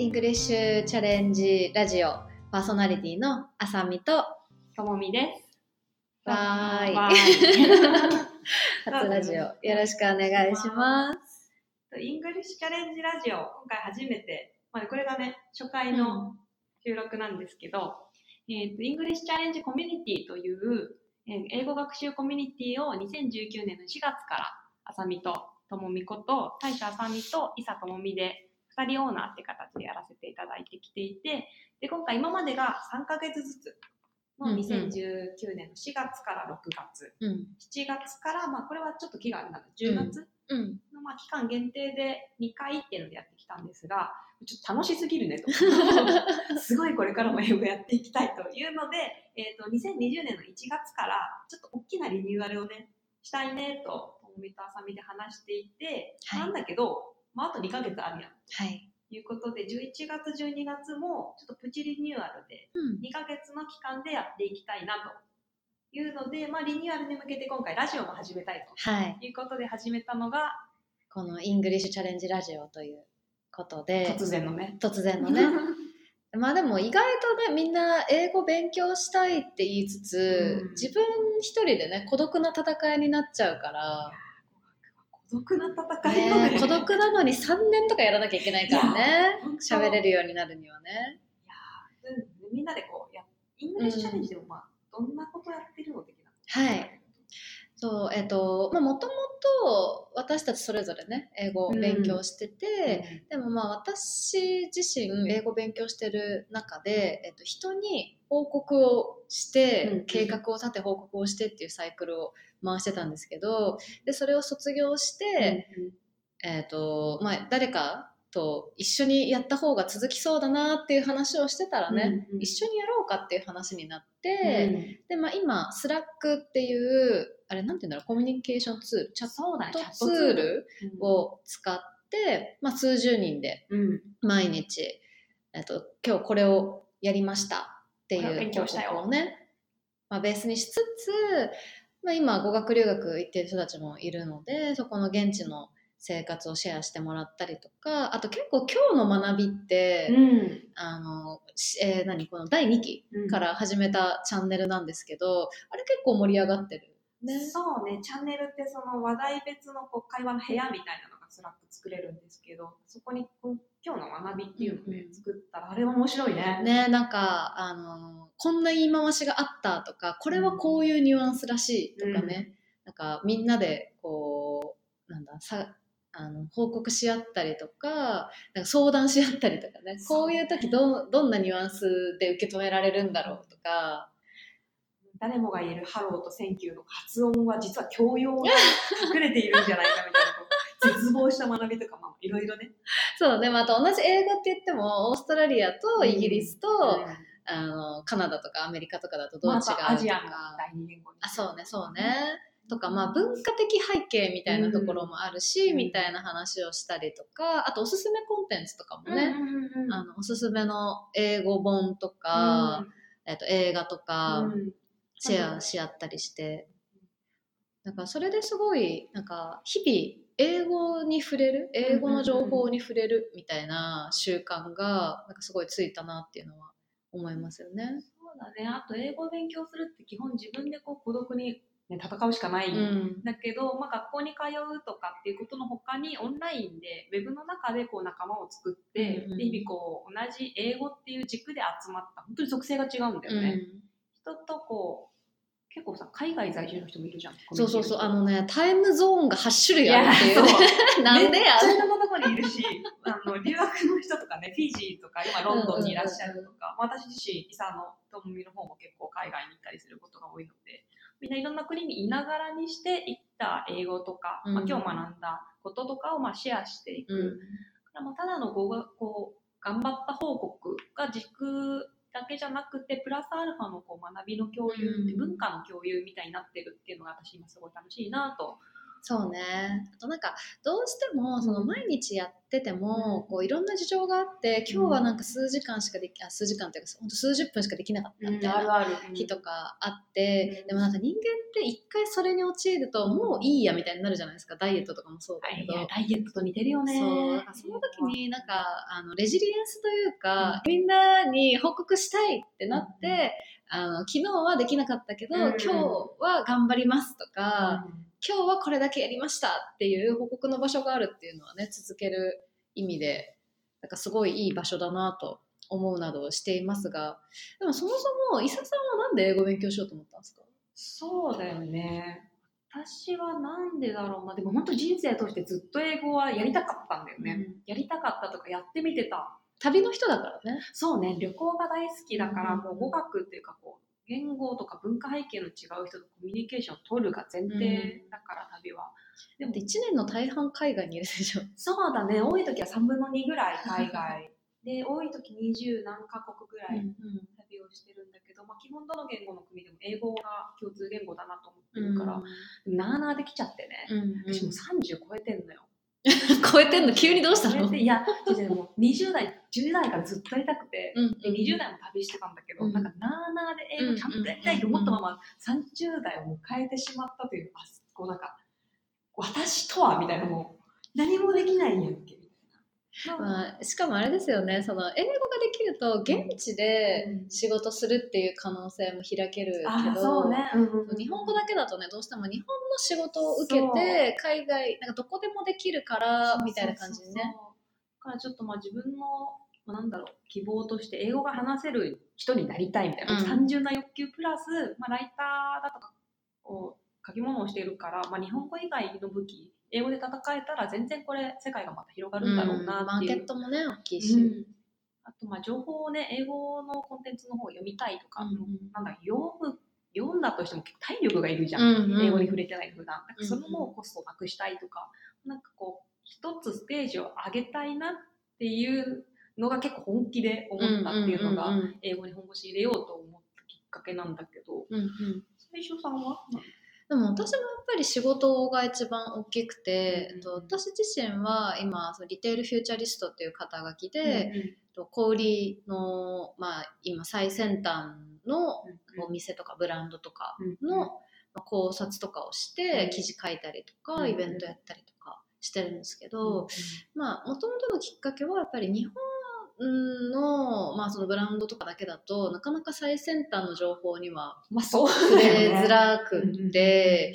イングリッシュチャレンジラジオパーソナリティのあさみとともみです。 わーいわーい初ラジオよろしくお願いします。 イングリッシュチャレンジラジオ、今回初めて、これがね、初回の収録なんですけど、イングリッシュチャレンジコミュニティという、英語学習コミュニティを2019年の4月からあさみとともみこと大社あさみといさともみで2人オーナーって形でやらせていただいてきていて、で今回今までが3ヶ月ずつの2019年の4月から6月、7月から、これはちょっと期間が10月の、期間限定で2回っていうのでやってきたんですが、ちょっと楽しすぎるねとすごいこれからも英語やっていきたいというので、2020年の1月からちょっと大きなリニューアルをねしたいねとともみとあさみで話していて、なんだけど、あと2ヶ月あるやん、ということで11月12月もちょっとプチリニューアルで2ヶ月の期間でやっていきたいなというので、リニューアルに向けて今回ラジオも始めたいということで始めたのが、 このイングリッシュチャレンジラジオということで、 突然のねでも意外とね、みんな英語勉強したいって言いつつ、自分一人でね孤独な戦いになっちゃうから、 孤独な戦いよね。 孤独なのに3年とかやらなきゃいけないからね、喋れるようになるにはね。 いやみんなでこうイングリッシュチャレンジでもどんなことやってるの的な。 そう、もともと私たちそれぞれね英語を勉強してて、でも私自身英語を勉強してる中で、人に報告をして、計画を立て報告をしてっていうサイクルを回してたんですけど、でそれを卒業して、誰かと一緒にやった方が続きそうだなっていう話をしてたらね、一緒にやろうかっていう話になって、で今スラックっていうあれなんていうんだろう、コミュニケーションツール、チャットツールを使って、数十人で毎日、今日これをやりましたっていう報告をね、ベースにしつつ、今語学留学行ってる人たちもいるので、そこの現地の生活をシェアしてもらったりとか、あと結構今日の学びって、この第2期から始めたチャンネルなんですけど、あれ結構盛り上がってる。 そうね、チャンネルってその話題別の会話の部屋みたいなのがスラック作れるんですけど、そこに今日の学びっていうので作ったら、あれは面白いね。 なんかこんな言い回しがあったとか、これはこういうニュアンスらしいとかね、なんかみんなでこう報告し合ったりとか、なんか相談し合ったりとかね、こういう時どんなニュアンスで受け止められるんだろうとか、 誰もが言えるハローとセンキューの発音は実は教養が隠れているんじゃないかみたいな絶望した学びとかいろいろね。 そうね、また同じ英語って言ってもオーストラリアとイギリスと、カナダとかアメリカとかだとどう違うとか、 アジアの第二言語に。 そうねとか、文化的背景みたいなところもあるし、みたいな話をしたりとか、あとおすすめコンテンツとかもね、おすすめの英語本とか、映画とか、シェアし合ったりして、なんかそれですごいなんか日々英語に触れる、英語の情報に触れるみたいな習慣がなんかすごいついたなっていうのは思いますよね。 そうだね。あと英語を勉強するって基本自分で孤独に、戦うしかないんだけど、学校に通うとかっていうことの他にオンラインでウェブの中で仲間を作って、で日々同じ英語っていう軸で集まった本当に属性が違うんだよね。人と結構さ、海外在住の人もいるじゃん。 そうタイムゾーンが8種類あるっていうね。なんでや。 めっちゃいろんなところにいるし、留学の人とかね、フィジーとか今ロンドンにいらっしゃるとか、私自身イサのともみの方も結構海外に行ったりすることが多いので、みんないろんな国にいながらにしていった英語とか、今日学んだこととかをシェアしていく。ただの頑張った報告が軸だけじゃなくてプラスアルファの学びの共有、文化の共有みたいになってるっていうのが私今すごい楽しいなとそうね。あとなんかどうしてもその毎日やってても、こういろんな事情があって今日はなんか数時間っていうかほんと数十分しかできなかったみたいな日とかあって、でもなんか人間って一回それに陥るともういいやみたいになるじゃないですか。ダイエットとかもそうだけど、 ダイエットと似てるよね。 そうだからその時になんかレジリエンスというか、みんなに報告したいってなって、昨日はできなかったけど、今日は頑張りますとか、今日はこれだけやりましたっていう報告の場所があるっていうのはね、続ける意味でなんかすごいいい場所だなと思うなどをしていますが、でもそもそも伊佐さんはなんで英語勉強しようと思ったんですか？ そうだよね。私はなんでだろうな。でも本当人生通してずっと英語はやりたかったんだよね。やりたかったとかやってみてた。 旅の人だからね。 そうね、旅行が大好きだから、もう語学っていうかこう、言語とか文化背景の違う人とコミュニケーションを取るが前提だから、旅は。 でも1年の大半海外にいるでしょ。 そうだね、多い時は3分の2ぐらい海外。で、多い時20何カ国ぐらい旅をしてるんだけど、まあ、基本どの言語の国でも英語が共通言語だなと思ってるから、なあなあできちゃってね。私も30超えてんのよ。 超えてんの？急にどうしたの？ いや、もう20代、10代からずっとやりたくて、で20代も旅してたんだけど、なんかなあなあで英語ちゃんとやりたいと思ったまま30代を迎えてしまったという、こうなんか、私とはみたいな、もう何もできないんやっけ。 まあ、しかもあれですよね、その英語ができると現地で仕事するっていう可能性も開けるけど、日本語だけだとね、どうしても日本の仕事を受けて海外なんかどこでもできるからみたいな感じにね。 だからちょっとまあ自分のなんだろう、希望として英語が話せる人になりたいみたいな、単純な欲求プラス、まあ、ライターだとかこう書き物をしているから、まあ、日本語以外の武器英語で戦えたら全然これ世界がまた広がるんだろうなっていう、 マーケットもね大きいし、 あとまあ情報をね英語のコンテンツの方を読みたいとか、なんだ読んだとしても結構体力がいるじゃん、英語に触れてない普段。なんかそのコストをなくしたいとか、なんかこう一つステージを上げたいなっていうのが結構本気で思ったっていうのが、英語に本腰入れようと思ったきっかけなんだけど、最初さんは？ でも私もやっぱり仕事が一番大きくて、私自身は今リテールフューチャリストっていう肩書きで、小売りの、まあ、今最先端のお店とかブランドとかの考察とかをして記事書いたりとかイベントやったりとかしてるんですけど、まあもともとのきっかけはやっぱり日本の、まあ、そのブランドとかだけだとなかなか最先端の情報には触れづらくって、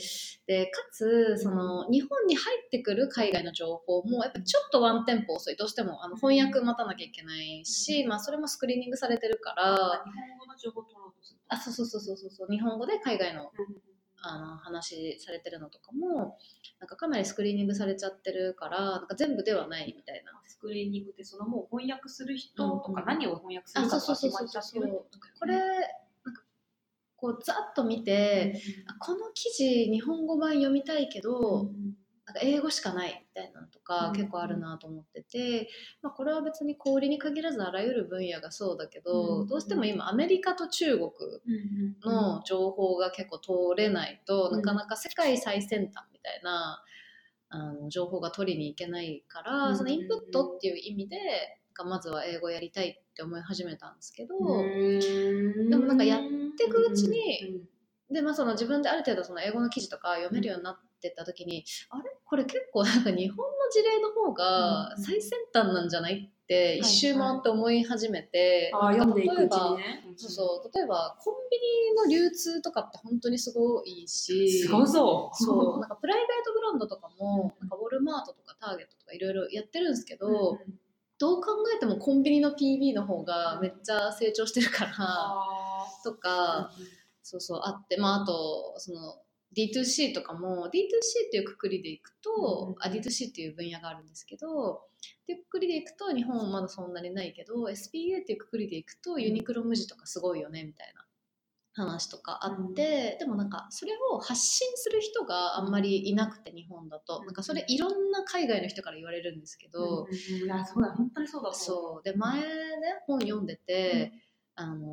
でかつその日本に入ってくる海外の情報もやっぱちょっとワンテンポ遅い、どうしても翻訳待たなきゃいけないし、まあ、それもスクリーニングされてるから、 日本語の情報取ろうとする。 そう日本語で海外の話されてるのとかもなんかかなりスクリーニングされちゃってるからなんか全部ではないみたいな。 スクリーニングってそのもう翻訳する人とか何を翻訳するかとか決まっちゃってる。 これなんかこうざっと見て、この記事日本語版読みたいけど、なんか英語しかないみたいなのとか結構あるなと思ってて、まあ、これは別に小売りに限らずあらゆる分野がそうだけど、どうしても今アメリカと中国の情報が結構通れないと、なかなか世界最先端みたいな情報が取りに行けないから、そのインプットっていう意味でまずは英語やりたいって思い始めたんですけど、でもなんかやっていくうちに、でまあ、その自分である程度その英語の記事とか読めるようになってった時に、あれこれ結構なんか日本の事例の方が最先端なんじゃないって一周回って思い始めて、 読んでいくうちにね、 例えばコンビニの流通とかって本当にすごいし、 そうなんかプライベートブランドとかもなんかウォルマートとかターゲットとかいろいろやってるんですけど、どう考えてもコンビニの PB の方がめっちゃ成長してるからとか、あって、まあ、あとその D2C とかも D2C っていうくくりでいくと、D2C っていう分野があるんですけど、っていうくくりでいくと日本はまだそんなにないけど SPA っていうくくりでいくとユニクロ無地とかすごいよねみたいな話とかあって、でもなんかそれを発信する人があんまりいなくて、日本だとなんかそれいろんな海外の人から言われるんですけど、 そうだ本当にそうだ。 で前ね本読んでて、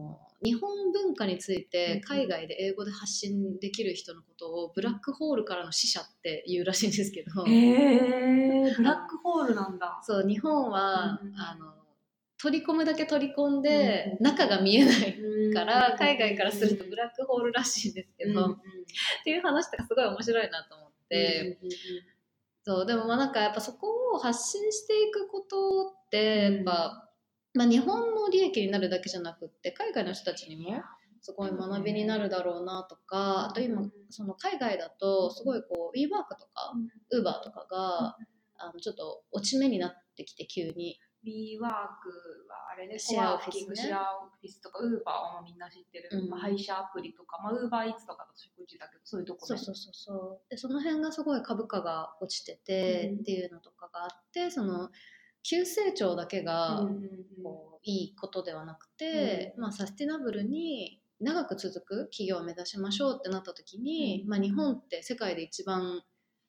日本文化について海外で英語で発信できる人のことをブラックホールからの使者って言うらしいんですけど、 ブラックホールなんだ。 そう日本は、取り込むだけ取り込んで、中が見えないから、海外からするとブラックホールらしいんですけど、っていう話とかすごい面白いなと思って、そうでもなんかやっぱそこを発信していくことってやっぱ、日本の利益になるだけじゃなくって海外の人たちにもすごい学びになるだろうなとか、あと今その海外だとすごいこう WeWork とか Uber とかがちょっと落ち目になってきて急に。 WeWork はあれね、 シェアオフィスね、 シェアオフィスとか Uber はみんな知ってる、配車アプリとか、Uber Eats とかの食事だけどそういうところ、ね、 そうでその辺がすごい株価が落ちてて、っていうのとかがあって、その急成長だけがこういいことではなくて、サスティナブルに長く続く企業を目指しましょうってなった時に、日本って世界で一番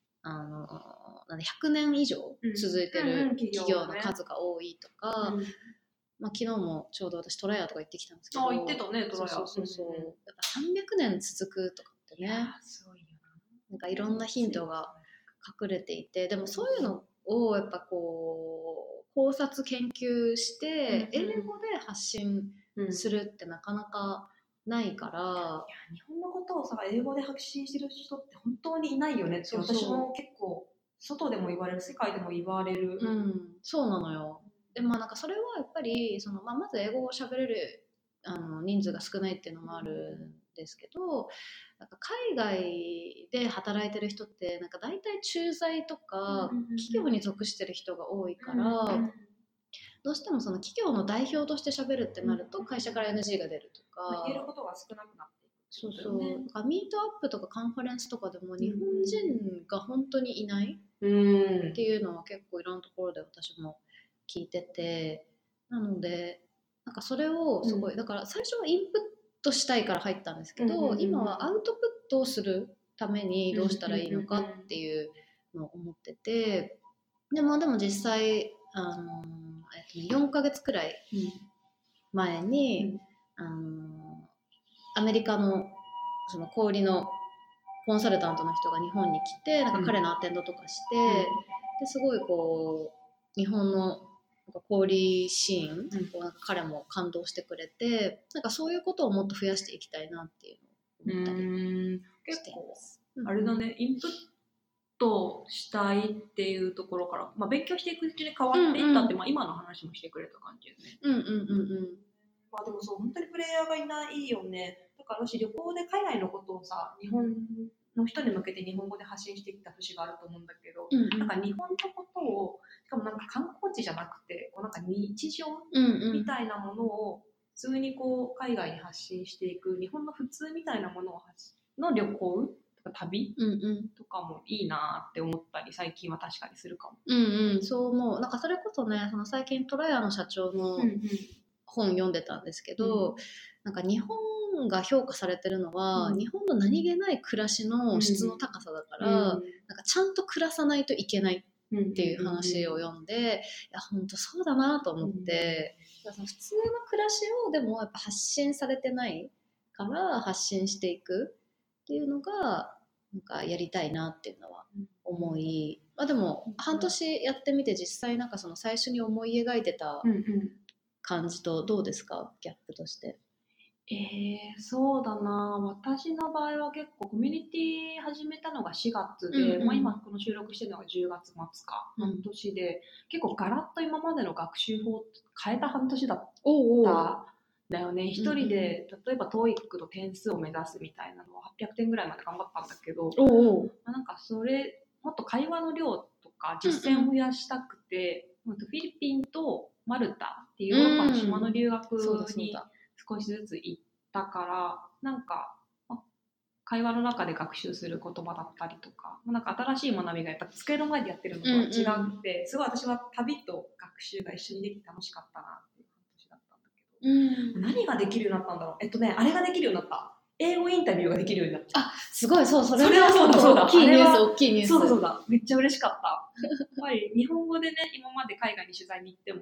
100年以上続いてる企業の数が多いとか、昨日もちょうど私トラヤとか行ってきたんですけど、 行ってたねトラヤ。 そうやっぱ300年続くとかってね、 すごいよなんかいろんなヒントが隠れていて、でもそういうのをやっぱこう考察研究して英語で発信するってなかなかないから、 いや日本のことをさ英語で発信してる人って本当にいないよねって。私も結構外でも言われる、世界でも言われる。 そうなのよ。でなんかそれはやっぱりその、まず英語を喋れる人数が少ないっていうのもあるんですけど、なんか海外で働いてる人ってなんか大体駐在とか企業に属してる人が多いから、どうしてもその企業の代表として喋るってなると会社から NG が出るとか、 言えることが少なくなっていく。 そうミートアップとかカンファレンスとかでも日本人が本当にいないっていうのは結構いろんなところで私も聞いてて、なのでなんかそれをすごい、だから最初はインプットしたいから入ったんですけど、今はアウトプットをするためにどうしたらいいのかっていうのを思ってて、でも実際4ヶ月くらい前に、アメリカのその小売りのコンサルタントの人が日本に来て、なんか彼のアテンドとかして、ですごいこう日本の小売シーン、なんか彼も感動してくれて、なんかそういうことをもっと増やしていきたいなっていうのを思ったりしています。 あれだね、インプットしたいっていうところから、勉強していくうちに変わっていったって、今の話もしてくれた感じですね。でもそう本当にプレイヤーがいないよね。だから私旅行で海外のことをさ、日本の人に向けて日本語で発信してきた節があると思うんだけど、なんか日本のことをしかもなんか観光地じゃなくてこうなんか日常みたいなものを普通にこう海外に発信していく、日本の普通みたいなものをの旅行とか旅とかもいいなって思ったり最近は確かにするかも。 そう思う。なんかそれこそね、その最近トラヤの社長の本読んでたんですけど、なんか日本が評価されてるのは、日本の何気ない暮らしの質の高さだから、なんかちゃんと暮らさないといけないっていう話を読んで、いや本当そうだなと思って、その普通の暮らしをでもやっぱ発信されてないから発信していくっていうのがなんかやりたいなっていうのは思い、でも半年やってみて実際なんかその最初に思い描いてた感じとどうですか、ギャップとして。 そうだな、私の場合は結構コミュニティ始めたのが4月で、今この収録してるのが10月末か、半年で結構ガラッと今までの学習法を変えた半年だっただよね。一人で例えば TOEIC の点数を目指すみたいなのを800点ぐらいまで頑張ったんだけど、なんかそれもっと会話の量とか実践を増やしたくて、フィリピンとマルタっていうヨーロッパの島の留学に少しずつ行ったから、なんか会話の中で学習する言葉だったりとか、なんか新しい学びがやっぱ机の前でやってるのとは違って、すごい私は旅と学習が一緒にできて楽しかったなっていう感じだったんだけど、何ができるようになったんだろう。あれができるようになった。英語インタビューができるようになった。 すごい、それはそうだ。 大きいニュース。 そうだ。めっちゃ嬉しかった。やっぱり日本語でね、今まで海外に取材に行っても、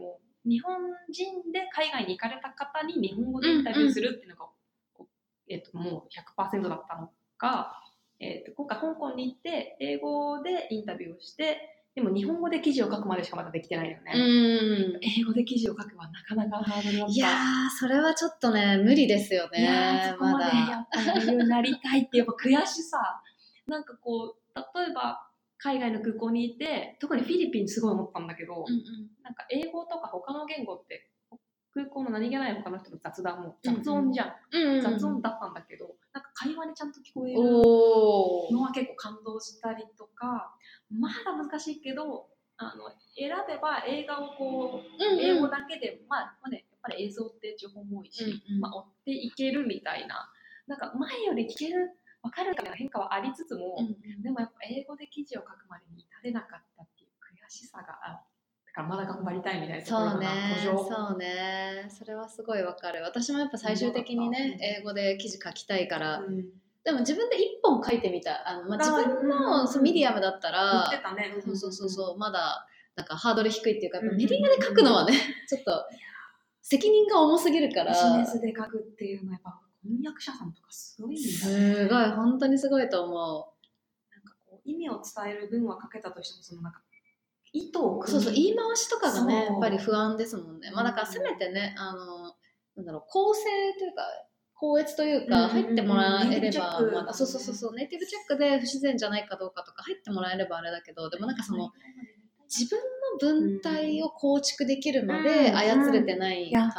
日本人で海外に行かれた方に日本語でインタビューするっていうのが、もう 100% だったのが、今回香港に行って英語でインタビューをして、でも日本語で記事を書くまでしかまだできてないよね。英語で記事を書くはなかなかハードルだった。 いやー、それはちょっとね、無理ですよね。 いやー、そこまでやっぱやれるようになりたいってやっぱ悔しさ。なんかこう、例えば海外の空港にいて、特にフィリピンすごい思ったんだけど、なんか英語とか他の言語って空港の何気ない他の人の雑談も雑音じゃん。雑音だったんだけど、なんか会話にちゃんと聞こえるのは結構感動したりとか、まだ難しいけど、選べば映画をこう、英語だけで、まあね、やっぱり映像って情報も多いし、まあ追っていけるみたいな、なんか前より聞ける、分かるみたいな変化はありつつも、でもやっぱ英語で記事を書くまでに至れなかったっていう悔しさがある。だからまだ頑張りたいみたいなところかな。 そうね。それはすごいわかる。私もやっぱ最終的にね、英語で記事書きたいから、でも自分で一本書いてみた。自分のそのミディアムだったら、 言ってたね。 そう、まだなんかハードル低いっていうか、やっぱメディアで書くのはね、ちょっと責任が重すぎるから。 ビジネスで書くっていうのはやっぱ翻訳者さんとかすごいんだね。 すごい、本当にすごいと思う。なんかこう意味を伝える文は書けたとしても、そのなんか意図をそう言い回しとかがね、やっぱり不安ですもんね。まあだからせめてね、なんだろう、構成というか、校閲というか入ってもらえれば、まだそうネイティブチェックで不自然じゃないかどうかとか入ってもらえればあれだけど、でもなんかその自分の文体を構築できるまで操れてないから、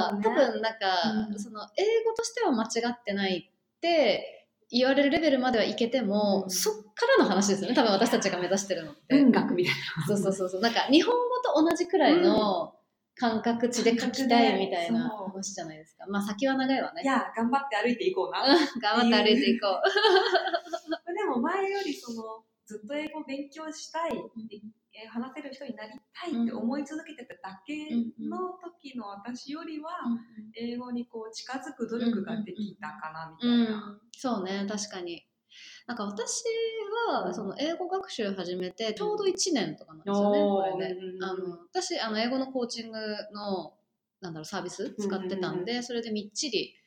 多分なんかその英語としては間違ってないって言われるレベルまではいけても、そっからの話ですよね。多分私たちが目指してるのって。 文学みたいな。そうなんか日本語と同じくらいの感覚値で書きたいみたいな話じゃないですか。まあ先は長いわね。 いや、頑張って歩いていこうな。 頑張って歩いていこう。 でも前よりそのずっと英語を勉強したい、話せる人になりたいって思い続けてただけの時の私よりは、英語にこう近づく努力ができたかなみたいな。 そうね、確かに。なんか私はその英語学習始めてちょうど1年とかなんですよね、これで。私英語のコーチングのサービス使ってたんで、それでみっちり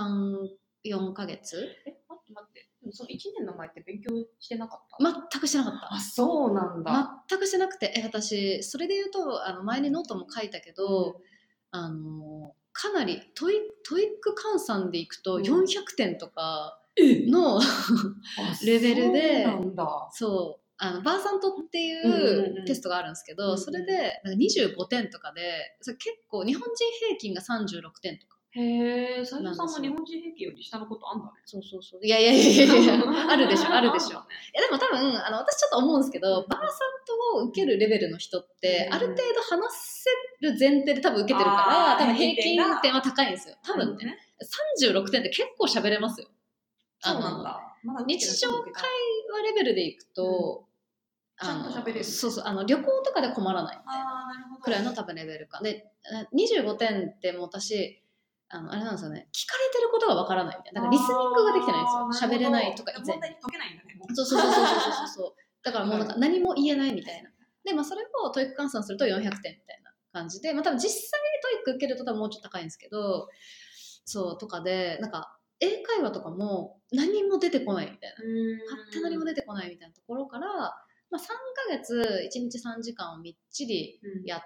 3、4ヶ月。 待って。その1年の前って勉強してなかった？ 全くしてなかった。 あ、そうなんだ。 全くしてなくて、私それで言うと前にノートも書いたけど、かなりトイック換算でいくと400点とかのレベルで、そうバーサントっていうテストがあるんですけど、それで25点とかで、それ結構日本人平均が36点とか。 へえ、斉藤さんも日本人平均より下のことあんだね。 そう。いやあるでしょ。いやでも多分私ちょっと思うんですけど、バーサントを受けるレベルの人って、ある程度話せる前提で多分受けてるから、多分平均点は高いんですよ。多分ね。36点って結構喋れますよ。 そうなんだ。 日常会話レベルでいくと、 ちゃんと喋れる。 旅行とかで困らないくらいの多分レベルか。で、25点ってもう私、あれなんですよね。聞かれてることがわからないみたいな。だからリスニングができてないんですよ。喋れないとか以前。 問題に解けないんだね。 そう。だからもうなんか何も言えないみたいな。で、まあそれをトイック換算すると400点みたいな感じで、まあ多分実際にトイック受けると多分もうちょっと高いんですけど、そうとかで、なんか英会話とかも何も出てこないみたいな。勝手何も出てこないみたいなところから、まあ3ヶ月1日3時間をみっちりやって、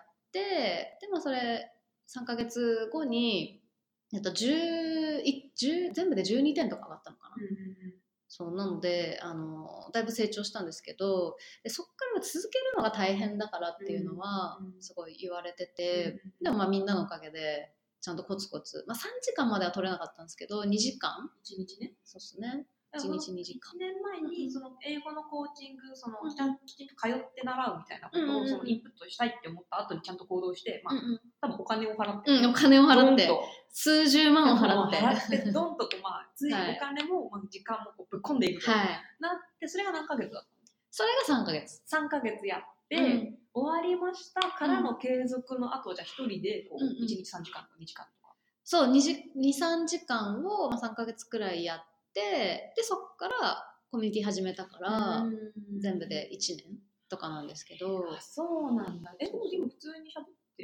でもそれ3ヶ月後に、全部で12点とか上がったのかな。そうなのでだいぶ成長したんですけど、でそこから続けるのが大変だからっていうのはすごい言われてて、でもまあみんなのおかげでちゃんとコツコツ、まあ、3時間までは取れなかったんですけど2時間 1日ね。 そうですね。1日2時間。 1年前にその英語のコーチングきちんと通って習うみたいなことをそのインプットしたいって思った後にちゃんと行動して、まあ多分お金を払って、 お金を払って数十万を払ってどんとまあついお金も、まあ、時間もこうぶっ込んでいくとなって、それが何ヶ月だったの？ それが3ヶ月。 3ヶ月やって、終わりましたからの継続の後、じゃあ一人でこう1日3時間とか2時間とか。 そう、2、3時間を3ヶ月くらいやって、で、そこからコミュニティ始めたから、全部で1年とかなんですけど。 そうなんだ。でも普通に喋って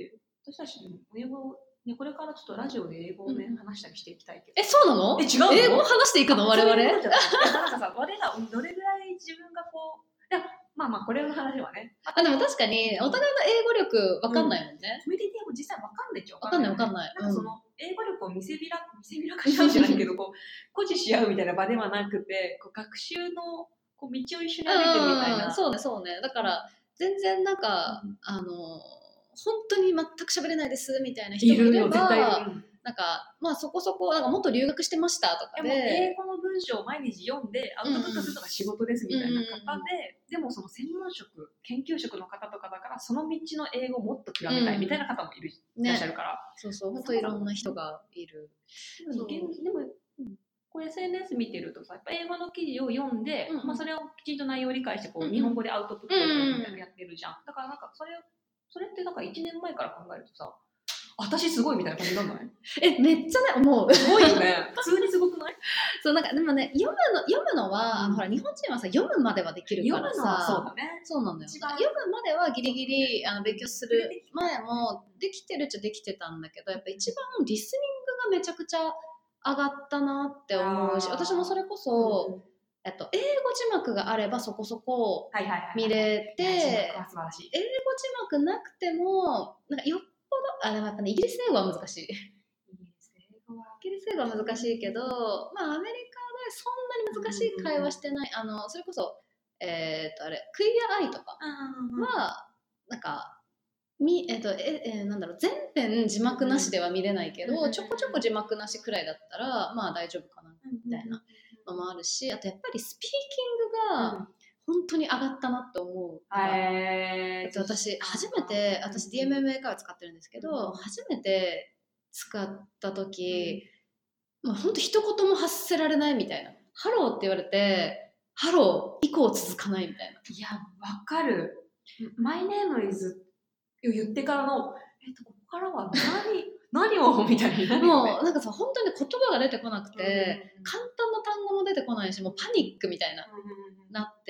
私たち英語、ね、これからちょっとラジオで英語をね、話したりしていきたいけど。 そうなの？ 違うの？ 英語を話していくの我々？ なんかさ、我らどれぐらい自分がこう、いや、まあこれの話はね。 でも確かに、お互いの英語力わかんないもんね。 コミュニティも実際わかんないっちゃわかんない。なんかその、英語力を見せびらかし合うじゃないけど、こう、誇示し合うみたいな場ではなくて、こう学習のこう道を一緒に歩いてるみたいな。 そうね。だから、全然なんか、本当に全く喋れないですみたいな人もいれば、なんか、まあそこそこ、なんかもっと留学してましたとかで。 英語の文章を毎日読んで、アウトプットするのが仕事ですみたいな方で、でもその専門職、研究職の方とかだから、その道の英語をもっと極めたいみたいな方もいらっしゃるから。 そう、本当いろんな人がいる。 でも、こう SNS 見てるとさ、やっぱ英語の記事を読んで、まあそれをきちんと内容を理解して、こう日本語でアウトプットするみたいなのやってるじゃん。だからなんかそれってなんか1年前から考えるとさ、私すごいみたいな感じなんだね。 めっちゃね、もう。 すごいよね。普通にすごくない？ そう、なんかでもね、読むのは、ほら、日本人はさ、読むまではできるからさ。 そうだね。 そうなんだよ。読むまではギリギリ勉強する前もできてるっちゃできてたんだけど、やっぱ一番リスニングがめちゃくちゃ上がったなって思うし、私もそれこそ、英語字幕があればそこそこ見れて、英語字幕なくても、なんかよっぽど、でもやっぱね、イギリス英語は難しい。イギリス英語は難しいけど、まあアメリカでそんなに難しい会話してない、それこそ、クイアアイとかは、なんか、なんだろう、全編字幕なしでは見れないけど、ちょこちょこ字幕なしくらいだったら、まあ大丈夫かな、みたいなのもあるし、あとやっぱりスピーキングが本当に上がったなって思う。私、DMM 英会話使ってるんですけど、初めて使った時、もう本当一言も発せられないみたいな。ハローって言われて、ハロー以降続かないみたいな。 いや、わかる。My name is 言ってからの、ここからは何をみたいな。 もうなんかさ、本当に言葉が出てこなくて、簡単な単語も出てこないし、もうパニックみたいな、なって。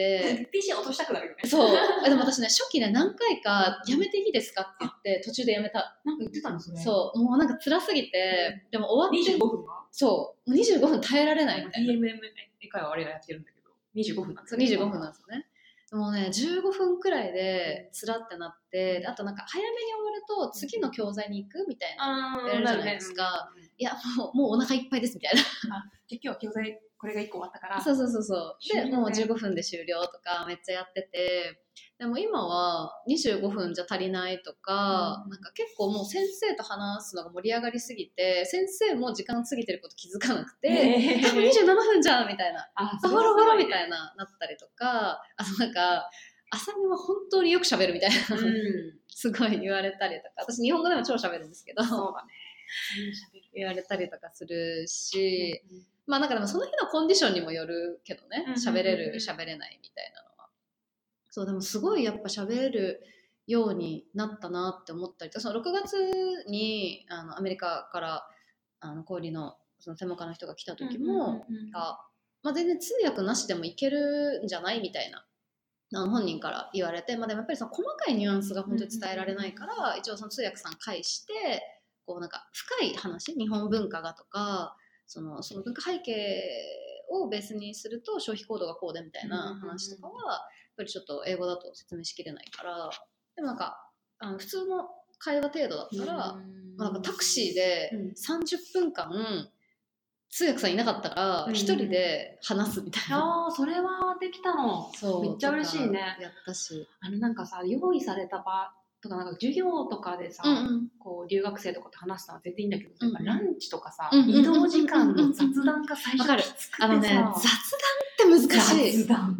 PC 落としたくなるよね。 そう。でも私ね、初期ね、何回かやめていいですかって言って、途中でやめた。 なんか言ってたんですね。 そう。もうなんか辛すぎて、でも終わって。 25分はそう。もう25分耐えられないみたいな。 DMM 英会話あれがやってるんだけど、25分なんですよ。25分なんですよね。もうね、15分くらいでつらってなって、あとなんか早めに終わると次の教材に行くみたいなやるじゃないですか。いや、もうお腹いっぱいですみたいな。 今日は教材これが1個終わったから。 そう。で、もう15分で終了とかめっちゃやってて、でも今は25分じゃ足りないとか、なんか結構もう先生と話すのが盛り上がりすぎて、先生も時間過ぎてること気づかなくて、もう27分じゃんみたいな。ほらほらみたいななったりとか、あとなんか、浅見は本当によく喋るみたいな、すごい言われたりとか、私日本語でも超喋るんですけど、 そうだね。 言われたりとかするし、まあなんかでもその日のコンディションにもよるけどね、喋れる、喋れないみたいなのは。そう、でもすごいやっぱ喋れるようになったなって思ったりと、その6月にアメリカから氷のその専門家の人が来た時も、まあ、全然通訳なしでもいけるんじゃないみたいな。本人から言われて、まあ、でもやっぱりその細かいニュアンスが本当に伝えられないから、一応その通訳さん介してこうなんか深い話、日本文化がとかその文化背景をベースにすると消費行動がこうでみたいな話とかはやっぱりちょっと英語だと説明しきれないから、でもなんか普通の会話程度だったら、まあ、なんかタクシーで30分間通訳さんいなかったから一人で話すみたいな。 それはできたの。めっちゃ嬉しいね。 やったし、 なんかさ、用意された場とか、なんか授業とかでさ、こう留学生とかと話すのは全然いいんだけど、やっぱランチとかさ、移動時間の雑談が最初きつくてさ、 雑談って難しい。 雑談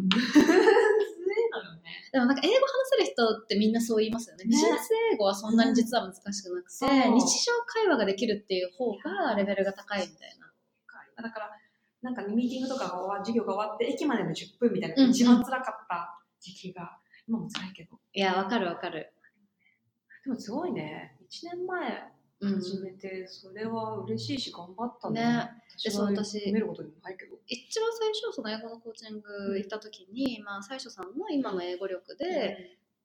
でもなんか英語話せる人ってみんなそう言いますよね。ビジネス英語はそんなに実は難しくなくて、日常会話ができるっていう方がレベルが高いみたいな。 だからなんかミーティングとかが授業が終わって駅までの10分みたいなのが一番辛かった時期が、今も辛いけど。 いや、わかる。 でもすごいね。1年前始めて、それは嬉しいし頑張ったね。私褒めることにもないけど。 一番最初その英語のコーチング行った時に、まあ最初さんの今の英語力で、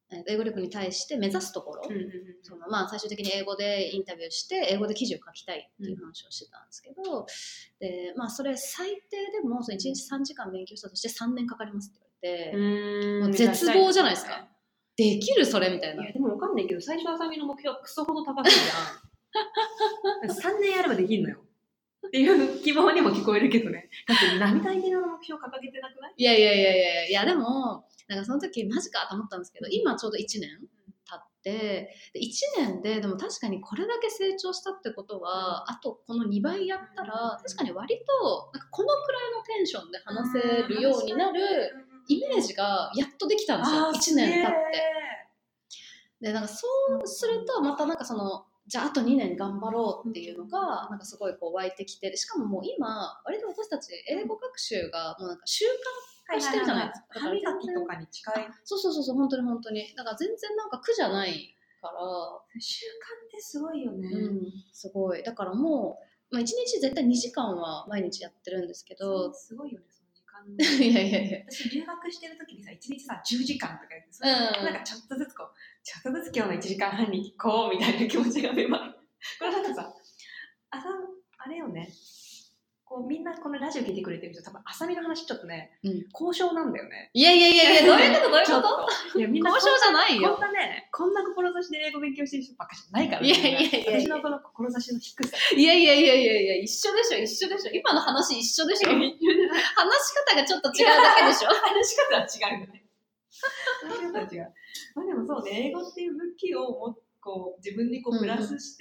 英語力に対して目指すところ、そのまあ、最終的に英語でインタビューして英語で記事を書きたいっていう話をしてたんですけど、でまあ、それ最低でもその1日3時間勉強したとして3年かかりますって言われて、もう絶望じゃないですか。できるそれみたいな。 いやでも分かんないけど、最初あさみの目標はクソほど高すぎじゃん。3年やればできるのよっていう希望にも聞こえるけどね。だって何回目の目標掲げてなくない？ いやでもなんかその時マジかと思ったんですけど、今ちょうど1年経ってで1年ででも確かにこれだけ成長したってことは、あとこの2倍やったら確かに割となんかこのくらいのテンションで話せるようになるイメージがやっとできたんですよ、1年経って。でなんかそうするとまたなんかそのじゃああと2年頑張ろうっていうのがなんかすごいこう湧いてきて、しかももう今割と私たち英語学習がもうなんか習慣化してるじゃないですか。 歯磨きとかに近い。 そう本当にだから全然なんか苦じゃないから習慣ってすごいよね。 すごいだからもう、まあ、1日絶対2時間は毎日やってるんですけど、 すごいよねその時間。 いや私留学してる時にさ1日さ10時間とかやってさ、なんかちょっとずつ今日の1時間半に聞こうみたいな気持ちが芽生える。これなんかさあれよね、こうみんなこのラジオ聞いてくれてる人多分あさみの話ちょっとね、交渉なんだよね。 いやどういうこといやみんな交渉じゃないよ。 こんな志で英語勉強してる人ばっかじゃないからね。私のこの志の低さ。 いや一緒でしょ今の話一緒でしょ。話し方がちょっと違うだけでしょ。 話し方は違うよね。話し方は違う。まあでもそうね、英語っていう武器をこう自分にこうプラスして、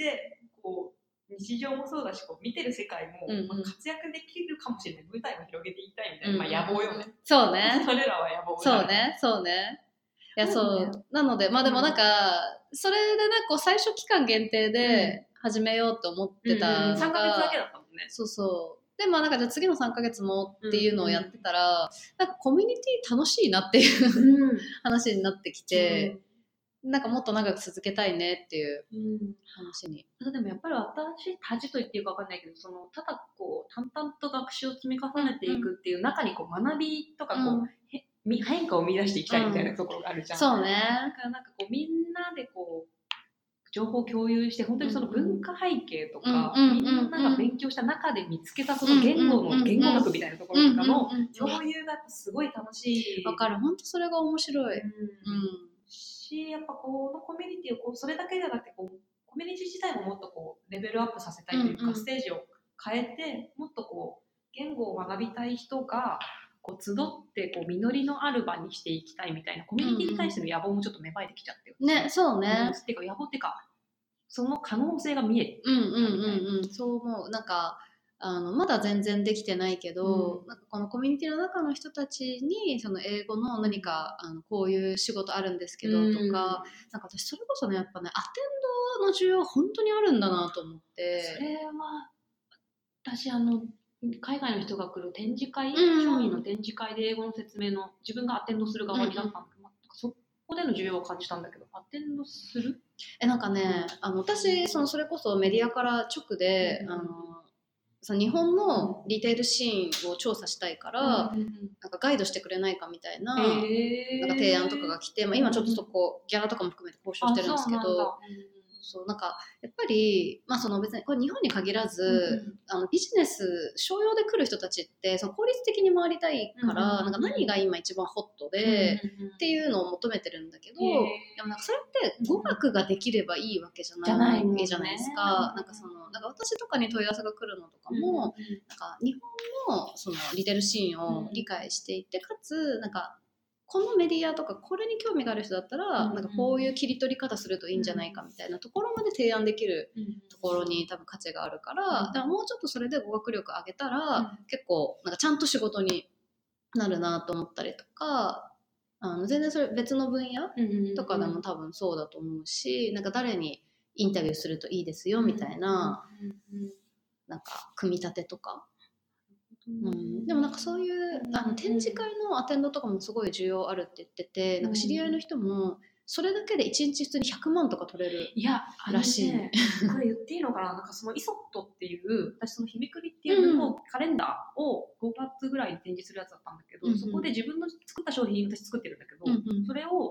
こう日常もそうだし、こう見てる世界も活躍できるかもしれない、舞台を広げていきたいみたいな、まあ野望よね。 そうね。 それらは野望。 そうね。いやそうなのでまあでもなんかそれでなんか最初期間限定で始めようと思ってたのが、 3ヶ月だけだったもんね。 そうでまあなんかじゃあ次の3ヶ月もっていうのをやってたら、なんかコミュニティ楽しいなっていう話になってきて、なんかもっと長く続けたいねっていう話に。 でもやっぱり私たちと言っていいか分かんないけど、そのただこう淡々と学習を積み重ねていくっていう中にこう学びとかこう、変化を見出していきたいみたいなところがあるじゃん。 そうね。 だからなんかこうみんなでこう情報を共有して本当にその文化背景とか、みんなが勉強した中で見つけたその言語の言語学みたいなところとかの共有がすごい楽しい。 わかる、本当それが面白い。 やっぱこのコミュニティをこうそれだけじゃなくてこうコミュニティ自体ももっとこうレベルアップさせたいというか、ステージを変えてもっとこう言語を学びたい人がこう集ってこう実りのある場にしていきたいみたいなコミュニティに対しての野望もちょっと芽生えてきちゃってる。 ね、そうね。 っていうか野望っていうかその可能性が見える。 そう思う。なんかまだ全然できてないけど、なんかこのコミュニティの中の人たちにその英語の何かこういう仕事あるんですけどとか、なんか私それこそねやっぱねアテンドの需要本当にあるんだなと思って。 それは私海外の人が来る展示会、商品の展示会で英語の説明の自分がアテンドする側になったんだけど、そこでの需要を感じたんだけど、アテンドする？ なんかね私それこそメディアから直で、その日本のリテールシーンを調査したいから、なんかガイドしてくれないかみたいな、なんか提案とかが来て、今ちょっとそこギャラとかも含めて交渉してるんですけど、そうなんかやっぱり、まあ、その別にこれ日本に限らず、ビジネス商用で来る人たちってその効率的に回りたいから、なんか何が今一番ホットで、っていうのを求めてるんだけど、でもなんかそれって語学ができればいいわけじゃないわけじゃないですか。なんか私とかに問い合わせが来るのとかも、なんか日本のそのリテールシーンを理解していて、かつなんかこのメディアとかこれに興味がある人だったら、なんかこういう切り取り方するといいんじゃないかみたいなところまで提案できるところに多分価値があるから、だからもうちょっとそれで語学力上げたら、結構なんかちゃんと仕事になるなと思ったりとか、全然それ別の分野とかでも多分そうだと思うし、なんか誰にインタビューするといいですよみたいな、なんか組み立てとか。でもなんかそういう展示会のアテンドとかもすごい需要あるって言ってて、なんか知り合いの人もそれだけで1日普通に100万とか取れるらしい。 これ言っていいのかな、なんかそのイソットっていう私その日めくりっていうのをカレンダーを5月ぐらいに展示するやつだったんだけど、そこで自分の作った商品私作ってるんだけど、それを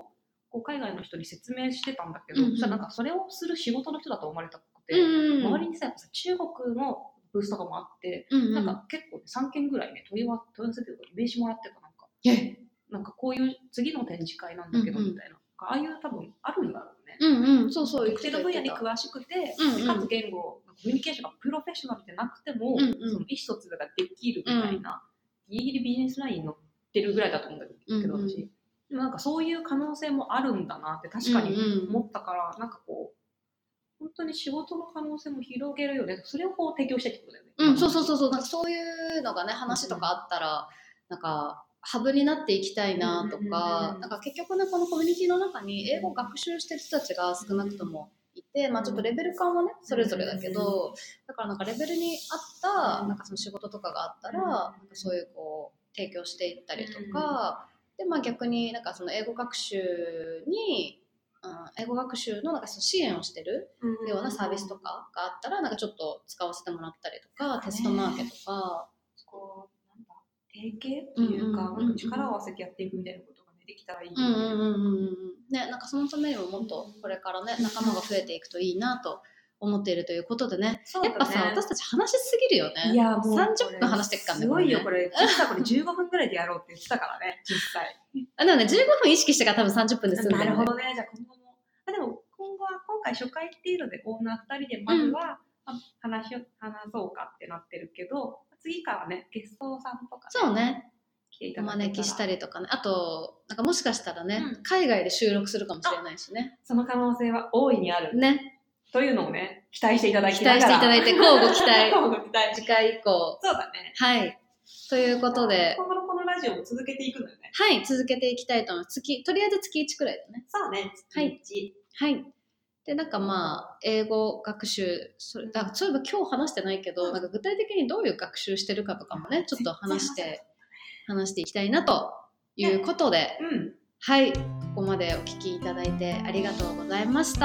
こう海外の人に説明してたんだけど、そしたらなんかそれをする仕事の人だと思われたくて、周りにさやっぱさ中国のブースとかもあって、なんか結構、ね、3件ぐらいね問い合わせてるから名刺もらってた。なんかこういう次の展示会なんだけどみたいな、ああいう多分あるんだろうね。そうそう。特定の分野に詳しくて、かつ言語、コミュニケーションがプロフェッショナルじゃなくても、その意思疎通ができるみたいな、ギリギリビジネスラインに乗ってるぐらいだと思うんだけど、私。でもなんかそういう可能性もあるんだなって確かに思ったから、なんかこう、本当に仕事の可能性も広げるよね。それをこう提供してってことだよね。そうなんかそういうのがね、話とかあったら、なんか、ハブになっていきたいなとか、なんか結局ね、このコミュニティの中に英語を学習してる人たちが少なくともいて、まあちょっとレベル感はね、それぞれだけど、だからなんかレベルに合った、なんかその仕事とかがあったら、なんかそういうこう、提供していったりとか、で、まあ逆になんかその英語学習に、英語学習のなんかその支援をしてるようなサービスとかがあったら、なんかちょっと使わせてもらったりとか、テストマーケとか、 こうなんだ提携というか、力を合わせてやっていくみたいなことが、ね、できたらいいよね。なんかそのためにももっとこれからね、仲間が増えていくといいなと思っているということでね。やっぱさ、私たち話しすぎるよね。 いやもう 30分話してっからね。 すごいよこれ。実はこれ15分ぐらいでやろうって言ってたからね、実際。 でもね、15分意識してから多分30分で済んでる、ね。 なるほどね。じゃあ今後も。でも今後は今回初回っていうのでオーナー2人でまずは、話そうかってなってるけど、次からね、ゲストさんとか、ね、 そうね。 来ていたお招きしたりとかね。あと、なんかもしかしたらね、海外で収録するかもしれないしね。 その可能性は大いにある。 ね。 というのをね、期待していただきながら。 期待していただいて、交互期待。 交互期待。 次回以降。 そうだね。 はい。ということで。 今後のこのラジオも続けていくのよね。 はい、続けていきたいと思います。とりあえず月1くらいだね。 そうね、月1。 はい。で、なんかまあ、英語学習、そういえば今日話してないけど、なんか具体的にどういう学習してるかとかもね、ちょっと話していきたいなということで、はい、ここまでお聞きいただいてありがとうございました。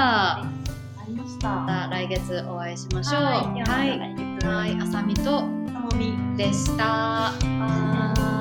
また来月お会いしましょう。はい、あさみとともみでした。